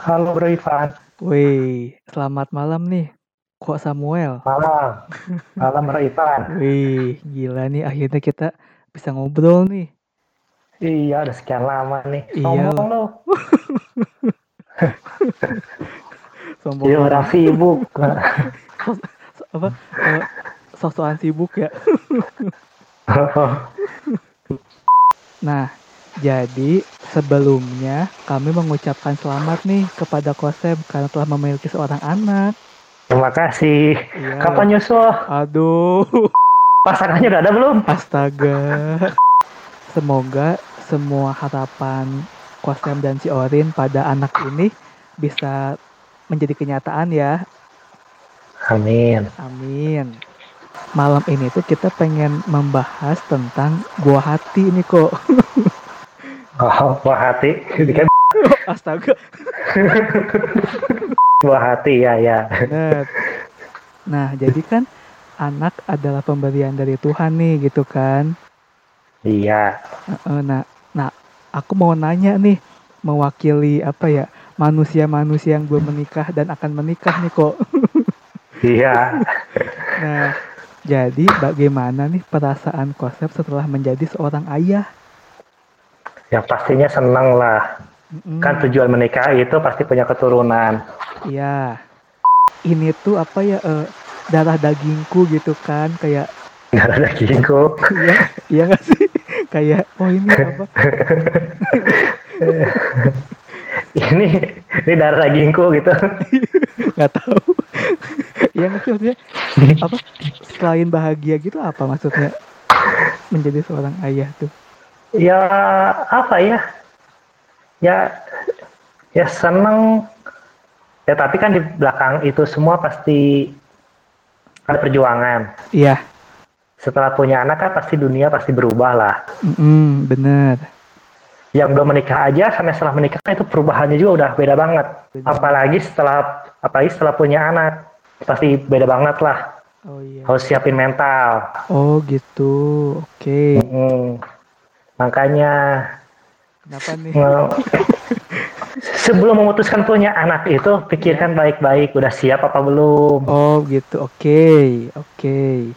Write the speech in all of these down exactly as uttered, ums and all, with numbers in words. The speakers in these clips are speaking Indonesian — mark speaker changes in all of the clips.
Speaker 1: Halo Bro Ivan,
Speaker 2: Wih, selamat malam nih. Kok Samuel?
Speaker 1: malam, malam Bro Ivan.
Speaker 2: Wih, gila nih akhirnya kita bisa ngobrol nih.
Speaker 1: Iya, udah sekian lama nih.
Speaker 2: Iya
Speaker 1: Sombong
Speaker 2: loh,
Speaker 1: lo.
Speaker 2: sombong
Speaker 1: Jadi orang
Speaker 2: gimana?
Speaker 1: sibuk.
Speaker 2: Sos, so- apa? eh, Sosokan sibuk ya. Nah, jadi sebelumnya kami mengucapkan selamat nih kepada Kosem karena telah memiliki seorang anak.
Speaker 1: Terima kasih.
Speaker 2: Iya loh.
Speaker 1: Kapan nyusul?
Speaker 2: Aduh,
Speaker 1: Pasangannya udah ada belum?
Speaker 2: astaga. Semoga semua harapan Kosem dan si Orin pada anak ini bisa menjadi kenyataan ya.
Speaker 1: Amin.
Speaker 2: Amin. Malam ini tuh kita pengen membahas tentang buah hati ini kok.
Speaker 1: Oh, buah hati.
Speaker 2: Iya.
Speaker 1: Dikit
Speaker 2: Oh, astaga.
Speaker 1: buah hati, ya, ya.
Speaker 2: Bener. Nah, jadi kan anak adalah pemberian dari Tuhan nih gitu kan.
Speaker 1: Iya,
Speaker 2: Heeh, Nah, nah aku mau nanya nih mewakili apa ya manusia-manusia yang belum menikah dan akan menikah nih kok.
Speaker 1: iya.
Speaker 2: Nah, jadi bagaimana nih perasaan Kosep setelah menjadi seorang ayah?
Speaker 1: Yang pastinya seneng lah. Kan
Speaker 2: Mm-mm,
Speaker 1: tujuan menikah itu pasti punya keturunan.
Speaker 2: iya, ini tuh apa ya eh, darah dagingku gitu kan, kayak
Speaker 1: Gak ada dagingku.
Speaker 2: iya iya nggak sih? Kayak oh ini apa?
Speaker 1: Ini, ini darah dagingku gitu.
Speaker 2: Nggak tahu. Iya nggak sih maksudnya apa? Selain bahagia gitu apa maksudnya menjadi seorang ayah tuh?
Speaker 1: Ya, apa ya? Ya, ya seneng. Ya tapi kan di belakang itu semua pasti ada perjuangan.
Speaker 2: Iya,
Speaker 1: Setelah punya anak kan pasti dunia pasti berubah lah.
Speaker 2: mm bener,
Speaker 1: Yang belum menikah aja sampai setelah menikah itu perubahannya juga udah beda banget.
Speaker 2: bener.
Speaker 1: Apalagi setelah apalagi setelah punya anak pasti beda banget lah.
Speaker 2: Oh iya
Speaker 1: Harus
Speaker 2: iya.
Speaker 1: siapin mental.
Speaker 2: Oh gitu, oke.
Speaker 1: Mm-mm. Makanya
Speaker 2: Kenapa nih?
Speaker 1: sebelum memutuskan punya anak itu
Speaker 2: Iya.
Speaker 1: pikirkan baik-baik udah siap apa belum.
Speaker 2: Oh gitu, oke, oke.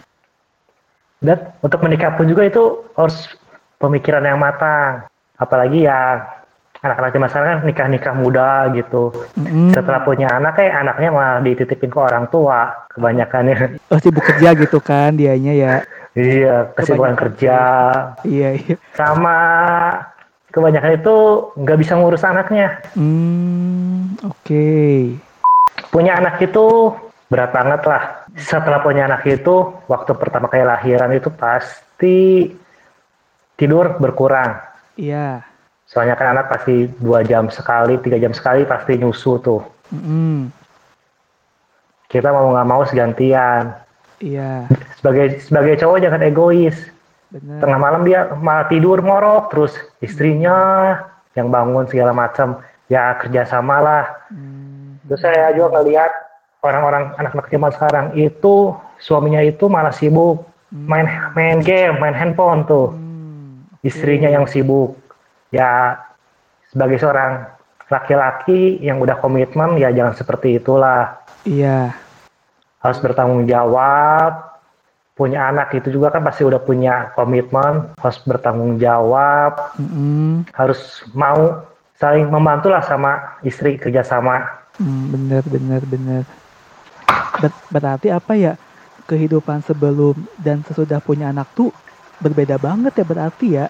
Speaker 1: Dan untuk menikah pun juga itu harus pemikiran yang matang. Apalagi ya anak-anak zaman sekarang kan nikah-nikah muda gitu. Setelah
Speaker 2: Mm-mm.
Speaker 1: punya anak kayak anaknya malah dititipin ke orang tua
Speaker 2: Oh,
Speaker 1: kebanyakannya.
Speaker 2: oh, sibuk kerja gitu kan dianya ya.
Speaker 1: Iya, kesibukan
Speaker 2: Kebanyakan
Speaker 1: kerja
Speaker 2: sih. Iya, iya.
Speaker 1: sama kebanyakan itu nggak bisa ngurus anaknya.
Speaker 2: Hmm, oke.
Speaker 1: Punya anak itu berat banget lah. Setelah punya anak itu waktu pertama kali lahiran itu pasti tidur berkurang.
Speaker 2: Iya.
Speaker 1: Soalnya kan anak pasti dua jam sekali, tiga jam sekali pasti nyusu tuh.
Speaker 2: Mm-mm.
Speaker 1: Kita mau nggak mau segantian.
Speaker 2: Iya,
Speaker 1: Sebagai sebagai cowok jangan egois. Tengah
Speaker 2: bener.
Speaker 1: malam dia malah tidur ngorok terus istrinya
Speaker 2: Hmm,
Speaker 1: yang bangun segala macam. Ya kerjasama lah.
Speaker 2: hmm,
Speaker 1: Terus
Speaker 2: hmm,
Speaker 1: saya juga
Speaker 2: hmm,
Speaker 1: ngelihat orang-orang anak-anak zaman sekarang itu suaminya itu malah sibuk main
Speaker 2: hmm,
Speaker 1: main game, main handphone tuh.
Speaker 2: hmm,
Speaker 1: Istrinya yang
Speaker 2: oke.
Speaker 1: sibuk. Ya sebagai seorang laki-laki yang udah komitmen ya jangan seperti itulah.
Speaker 2: Iya,
Speaker 1: Harus bertanggung jawab. Punya anak itu juga kan pasti udah punya komitmen, harus bertanggung jawab,
Speaker 2: mm-mm,
Speaker 1: harus mau saling membantu lah sama istri kerjasama.
Speaker 2: hmm, bener, bener, bener. Ber- berarti apa ya? Kehidupan sebelum dan sesudah punya anak tuh berbeda banget ya berarti ya.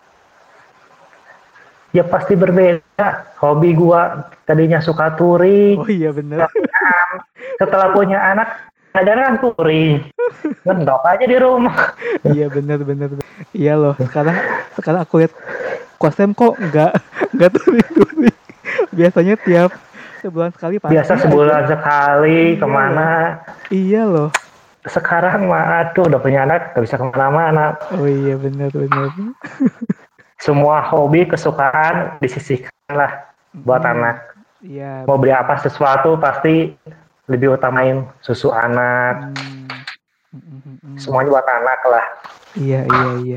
Speaker 1: Ya pasti berbeda. Hobi gua tadinya suka touring,
Speaker 2: Oh iya bener.
Speaker 1: setelah punya, setelah punya anak ada kan touring, ngendok aja di rumah.
Speaker 2: Iya bener bener. Iya loh. Sekarang sekarang aku lihat Kosem kok nggak nggak touring-touring. Biasanya tiap sebulan sekali
Speaker 1: Biasa
Speaker 2: pasti aja.
Speaker 1: sebulan sekali
Speaker 2: Iya loh.
Speaker 1: kemana.
Speaker 2: Iya loh.
Speaker 1: Sekarang mah aduh udah punya anak gak bisa kemana-mana.
Speaker 2: Oh iya bener bener.
Speaker 1: Semua hobi kesukaan disisihkan lah buat
Speaker 2: Mm-mm.
Speaker 1: anak.
Speaker 2: Iya
Speaker 1: Mau beli
Speaker 2: bener.
Speaker 1: apa sesuatu pasti lebih utamain susu anak.
Speaker 2: Hmm. Mm-mm, mm-mm.
Speaker 1: Semuanya buat anak lah.
Speaker 2: Iya iya iya.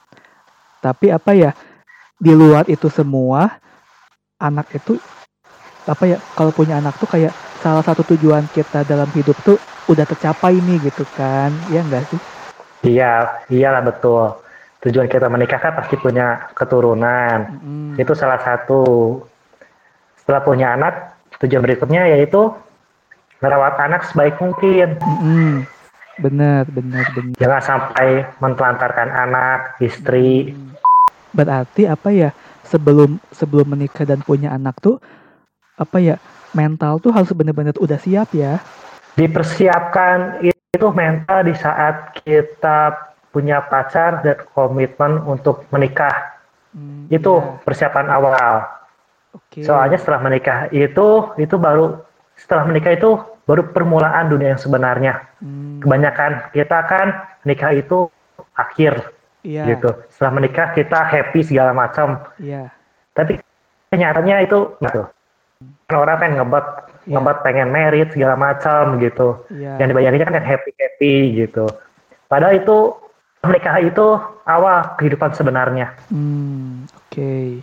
Speaker 2: Tapi apa ya? Di luar itu semua, anak itu apa ya, kalau punya anak tuh kayak salah satu tujuan kita dalam hidup tuh udah tercapai nih gitu kan, ya enggak sih?
Speaker 1: Iya, iyalah betul. Tujuan kita menikah kan pasti punya keturunan.
Speaker 2: Mm-mm.
Speaker 1: Itu salah satu. Setelah punya anak, tujuan berikutnya yaitu merawat anak sebaik mungkin.
Speaker 2: Mm-mm. Bener, bener, bener.
Speaker 1: Jangan sampai mentelantarkan anak, istri.
Speaker 2: Mm-mm. Berarti apa ya, sebelum sebelum menikah dan punya anak tuh apa ya, mental tuh harus bener-bener udah siap ya.
Speaker 1: Dipersiapkan itu mental di saat kita punya pacar dan komitmen untuk menikah.
Speaker 2: Hmm,
Speaker 1: Itu
Speaker 2: iya,
Speaker 1: persiapan awal.
Speaker 2: oke.
Speaker 1: Soalnya setelah menikah itu, itu baru setelah menikah itu baru permulaan dunia yang sebenarnya.
Speaker 2: Hmm,
Speaker 1: Kebanyakan kita kan nikah itu akhir
Speaker 2: iya,
Speaker 1: gitu. Setelah menikah kita happy segala macam.
Speaker 2: iya,
Speaker 1: Tapi kenyataannya itu gitu. Orang pengen ngebat
Speaker 2: iya,
Speaker 1: ngebat pengen merit segala macam gitu. Yang
Speaker 2: iya.
Speaker 1: dibayanginnya kan yang happy happy gitu. Padahal itu menikah itu awal kehidupan sebenarnya.
Speaker 2: Hmm, oke.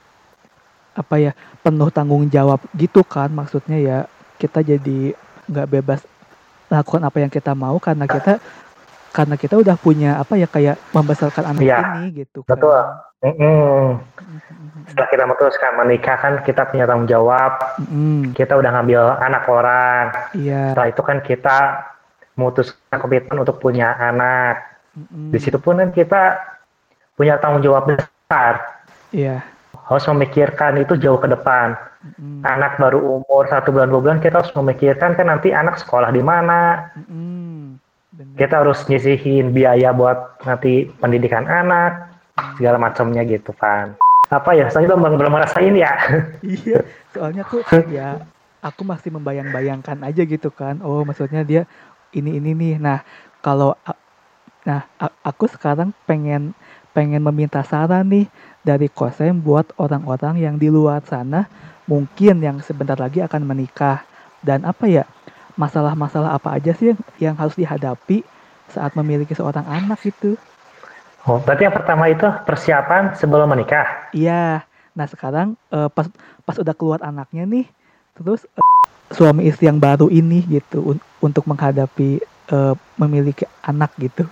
Speaker 2: Apa ya, penuh tanggung jawab gitu kan maksudnya ya. Kita jadi nggak bebas lakukan apa yang kita mau karena kita karena kita udah punya apa ya, kayak membesarkan anak
Speaker 1: Iya,
Speaker 2: ini gitu
Speaker 1: betul.
Speaker 2: kan.
Speaker 1: Mm-mm.
Speaker 2: Mm-mm.
Speaker 1: Setelah kita memutuskan menikah kan kita punya tanggung jawab.
Speaker 2: Mm-mm.
Speaker 1: Kita udah ngambil anak orang.
Speaker 2: Iya.
Speaker 1: Setelah itu kan kita memutuskan komitmen untuk punya anak. Di situ
Speaker 2: Mm-mm.
Speaker 1: pun kan kita punya tanggung jawab besar.
Speaker 2: Iya.
Speaker 1: Harus memikirkan itu jauh ke depan.
Speaker 2: Mm-mm.
Speaker 1: Anak baru umur satu bulan dua bulan kita harus memikirkan kan nanti anak sekolah di mana.
Speaker 2: Mm-mm. Bener.
Speaker 1: Kita harus nyisihin biaya buat nanti pendidikan anak segala
Speaker 2: Hmm.
Speaker 1: macamnya gitu kan. Apa ya? Saya belum belum ngerasain ya.
Speaker 2: Iya, soalnya aku ya aku masih membayang-bayangkan aja gitu kan. Oh, maksudnya dia ini ini nih. Nah, kalau a- nah a- aku sekarang pengen pengen meminta saran nih dari Kosem buat orang-orang yang di luar sana mungkin yang sebentar lagi akan menikah, dan apa ya, masalah-masalah apa aja sih yang, yang harus dihadapi saat memiliki seorang anak gitu.
Speaker 1: Oh, berarti yang pertama itu persiapan sebelum menikah.
Speaker 2: Iya. Nah, sekarang eh, pas pas udah keluar anaknya nih, terus suami istri yang baru ini gitu un- untuk menghadapi eh, memiliki anak gitu.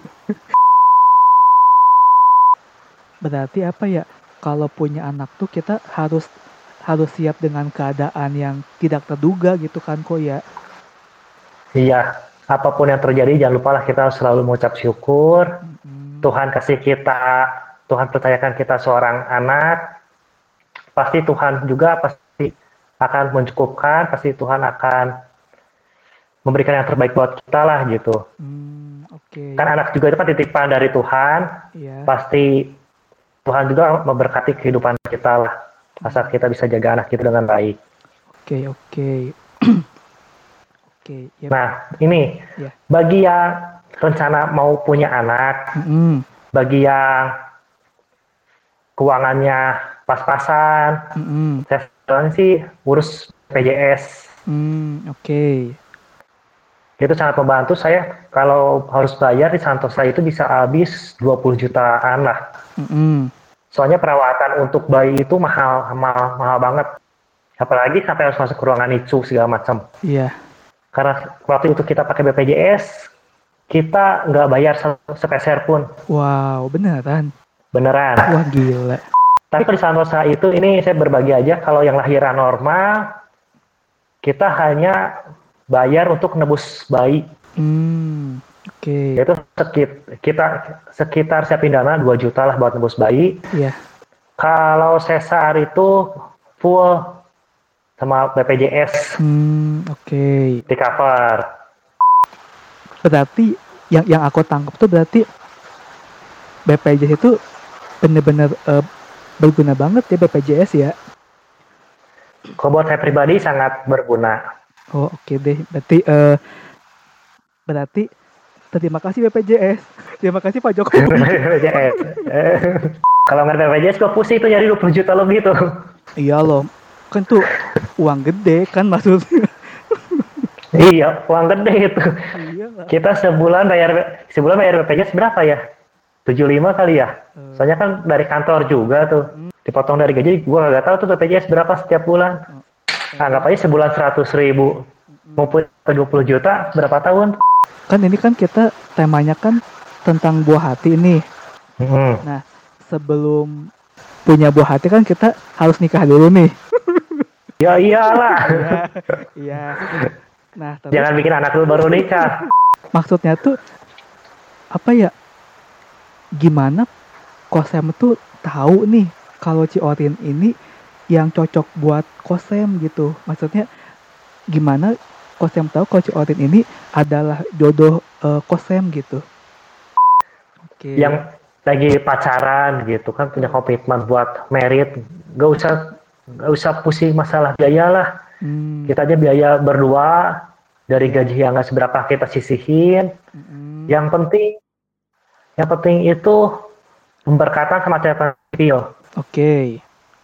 Speaker 2: Berarti apa ya? Kalau punya anak tuh kita harus harus siap dengan keadaan yang tidak terduga gitu kan kok ya.
Speaker 1: Iya, apapun yang terjadi jangan lupa lah kita harus selalu mengucap syukur.
Speaker 2: Mm-mm.
Speaker 1: Tuhan kasih kita, Tuhan percayakan kita seorang anak, pasti Tuhan juga pasti akan mencukupkan, pasti Tuhan akan memberikan yang terbaik buat kita lah gitu.
Speaker 2: Hmm, oke.
Speaker 1: Kan anak juga itu kan titipan dari Tuhan,
Speaker 2: Iya.
Speaker 1: pasti Tuhan juga memberkati kehidupan kita lah, asal
Speaker 2: Hmm,
Speaker 1: kita bisa jaga anak kita dengan baik.
Speaker 2: oke, oke. Oke, yep,
Speaker 1: Nah, ini
Speaker 2: ya.
Speaker 1: bagi yang rencana mau punya anak,
Speaker 2: Mm-mm.
Speaker 1: bagi yang keuangannya pas-pasan,
Speaker 2: Mm-mm.
Speaker 1: saya saran sih urus B P J S.
Speaker 2: Hmm, oke.
Speaker 1: Itu sangat membantu saya kalau harus bayar di Santosa itu bisa habis dua puluh jutaan lah.
Speaker 2: Mm-mm.
Speaker 1: Soalnya perawatan untuk bayi itu mahal, mahal, mahal banget. Apalagi sampai harus masuk ke ruangan I C U segala macam.
Speaker 2: Iya.
Speaker 1: Karena waktu itu kita pakai B P J S, kita nggak bayar sepeser pun.
Speaker 2: Wow, beneran.
Speaker 1: Beneran.
Speaker 2: Wah, gila.
Speaker 1: Tapi kalau di Santosa itu, ini saya berbagi aja, kalau yang lahiran normal, kita hanya bayar untuk nebus bayi.
Speaker 2: Hmm, oke.
Speaker 1: Itu sekit, kita sekitar siapin dana dua juta lah buat nebus bayi.
Speaker 2: Iya.
Speaker 1: Kalau sesar itu full sama B P J S
Speaker 2: Hmm, oke.
Speaker 1: di cover.
Speaker 2: Berarti yang yang aku tangkap tuh berarti B P J S itu bener-bener eh, berguna banget ya B P J S ya.
Speaker 1: Kalau buat saya pribadi sangat berguna.
Speaker 2: Oh, oke deh. Berarti eh berarti terima kasih B P J S. Terima kasih Pak Jokowi.
Speaker 1: B P J S. Kalau nggak ada B P J S, gue pusing itu nyari dua puluh juta lebih tuh.
Speaker 2: Iya loh. Kan tuh uang gede kan maksudnya.
Speaker 1: Iya, uang gede itu.
Speaker 2: Iya lah.
Speaker 1: Kita sebulan bayar sebulan bayar B P J S berapa ya? tujuh puluh lima kali ya.
Speaker 2: Eh,
Speaker 1: Soalnya kan dari kantor juga tuh.
Speaker 2: mm,
Speaker 1: Dipotong dari gaji, gua nggak tahu tuh B P J S berapa setiap bulan. Anggap
Speaker 2: Eh,
Speaker 1: aja sebulan seratus ribu,
Speaker 2: mm-mm.
Speaker 1: ngumpulin ke dua puluh juta, berapa tahun?
Speaker 2: Kan ini kan kita temanya kan tentang buah hati nih.
Speaker 1: Hmm.
Speaker 2: Nah, sebelum punya buah hati kan kita harus nikah dulu nih.
Speaker 1: Ya iyalah,
Speaker 2: Iya, iya. Nah, terus
Speaker 1: jangan bikin anak lu baru nikah.
Speaker 2: maksudnya tuh apa ya? Gimana Kosem tuh tahu nih kalau si Orin ini yang cocok buat Kosem gitu. Maksudnya gimana Kosem tahu kalau si Orin ini adalah jodoh eh, Kosem gitu. Oke.
Speaker 1: Yang lagi pacaran gitu kan, punya
Speaker 2: Heeh.
Speaker 1: komitmen buat merit, gak usah gak usah pusing masalah biaya lah.
Speaker 2: Hmm,
Speaker 1: Kita aja biaya berdua dari
Speaker 2: iya.
Speaker 1: gaji yang gak seberapa kita sisihin.
Speaker 2: Mm-mm.
Speaker 1: Yang penting, yang penting itu pemberkatan sama catatan sipil.
Speaker 2: Oke,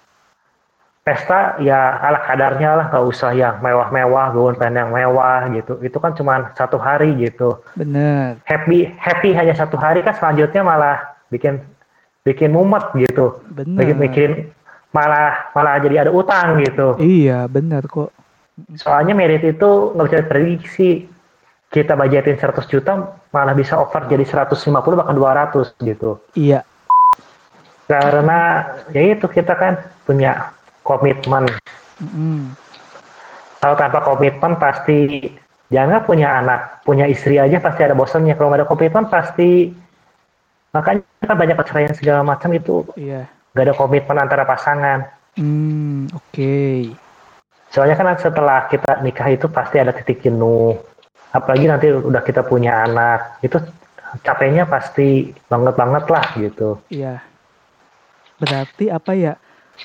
Speaker 1: Pesta ya ala kadarnya lah, nggak usah yang mewah-mewah, gaun pengen yang mewah gitu. Itu kan cuma satu hari gitu.
Speaker 2: bener,
Speaker 1: Happy happy hanya satu hari kan, selanjutnya malah bikin bikin mumet gitu. Bikin
Speaker 2: bener.
Speaker 1: mikirin, malah malah jadi ada utang gitu.
Speaker 2: Iya, bener kok. Mm-mm.
Speaker 1: Soalnya merit itu nggak bisa diprediksi. Kita budgetin seratus juta malah bisa over jadi seratus lima puluh bahkan dua ratus gitu.
Speaker 2: Iya.
Speaker 1: Karena ya itu, kita kan punya komitmen.
Speaker 2: Mm-mm.
Speaker 1: Kalau tanpa komitmen pasti, jangan punya anak, punya istri aja pasti ada bosannya. Kalau nggak ada komitmen pasti, makanya kan banyak perceraian segala macam itu
Speaker 2: Iya.
Speaker 1: nggak ada komitmen antara pasangan.
Speaker 2: Hmm, oke.
Speaker 1: Soalnya kan setelah kita nikah itu pasti ada titik jenuh. Apalagi nanti udah kita punya anak, itu capeknya pasti banget banget lah gitu.
Speaker 2: Iya. Berarti apa ya?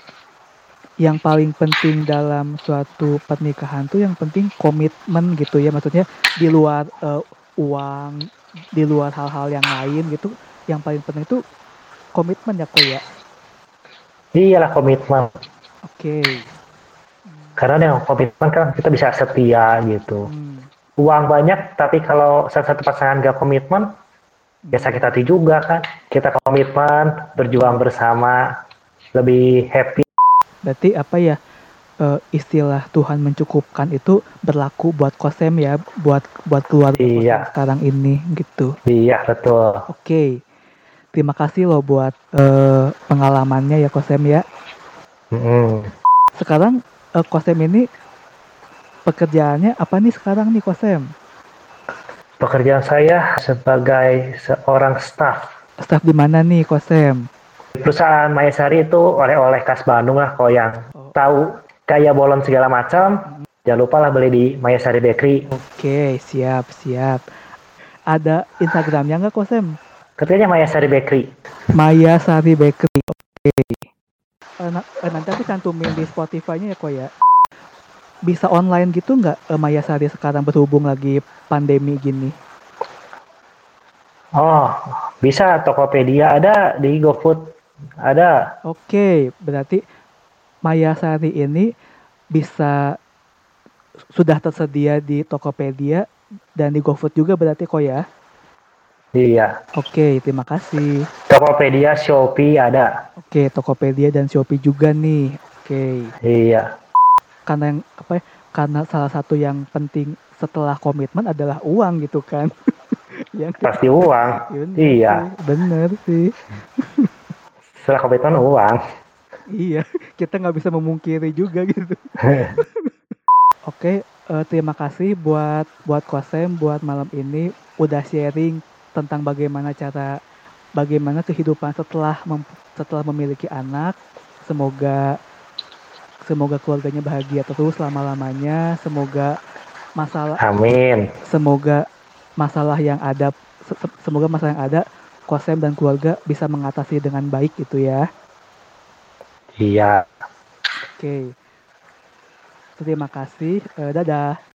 Speaker 2: Yang paling penting dalam suatu pernikahan tuh yang penting komitmen gitu ya. Maksudnya di luar eh, uang, di luar hal-hal yang lain gitu. Yang paling penting itu komitmen ya kok ya.
Speaker 1: Iyalah komitmen.
Speaker 2: Oke. Hmm.
Speaker 1: Karena dengan komitmen kan kita bisa setia gitu.
Speaker 2: Hmm.
Speaker 1: Uang banyak, tapi kalau salah satu pasangan gak komitmen, ya sakit
Speaker 2: Hmm.
Speaker 1: hati juga kan. Kita komitmen, berjuang
Speaker 2: Betul.
Speaker 1: bersama, lebih happy.
Speaker 2: Berarti apa ya? eh, istilah Tuhan mencukupkan itu berlaku buat Kosem ya, buat buat keluarga Kosem
Speaker 1: Iya,
Speaker 2: sekarang ini gitu.
Speaker 1: iya betul.
Speaker 2: Oke, terima kasih loh buat eh, pengalamannya ya Kosem ya.
Speaker 1: Mm.
Speaker 2: Sekarang eh, Kosem ini pekerjaannya apa nih sekarang nih Kosem?
Speaker 1: Pekerjaan saya sebagai seorang staff
Speaker 2: Staff di mana nih Kosem?
Speaker 1: di perusahaan Mayasari, itu oleh-oleh khas Bandung lah. Kalau yang
Speaker 2: Oh,
Speaker 1: tahu kayak bolon segala macam,
Speaker 2: mm,
Speaker 1: jangan lupa lah beli di Mayasari Bakery.
Speaker 2: oke, siap siap. Ada Instagramnya nggak Kosem?
Speaker 1: Ketiganya Mayasari Bakery.
Speaker 2: Maya Sari Bakery. Oke. Eh, na- eh, nanti aku cantumin di Spotify-nya ya kok ya. Bisa online gitu nggak eh, Maya Sari sekarang berhubung lagi pandemi gini?
Speaker 1: Oh, bisa Tokopedia ada, di GoFood ada.
Speaker 2: Oke, berarti Maya Sari ini bisa sudah tersedia di Tokopedia dan di GoFood juga berarti kok ya?
Speaker 1: Iya.
Speaker 2: Oke, terima kasih.
Speaker 1: Tokopedia, Shopee ada.
Speaker 2: Oke, Tokopedia dan Shopee juga nih. Oke,
Speaker 1: Iya.
Speaker 2: karena yang apa ya? Karena salah satu yang penting setelah komitmen adalah uang gitu kan? Yang
Speaker 1: Pasti uang.
Speaker 2: bener sih,
Speaker 1: Iya.
Speaker 2: bener sih.
Speaker 1: Setelah komitmen uang.
Speaker 2: Iya, kita nggak bisa memungkiri juga gitu. Oke, eh, terima kasih buat buat Kosem buat malam ini udah sharing tentang bagaimana cara bagaimana kehidupan setelah mem- setelah memiliki anak. Semoga semoga keluarganya bahagia terus selama-lamanya. Semoga masalah
Speaker 1: Amin.
Speaker 2: semoga masalah yang ada se- se- semoga masalah yang ada Kosem dan keluarga bisa mengatasi dengan baik gitu ya.
Speaker 1: Iya.
Speaker 2: Oke, terima kasih. Eh, dadah.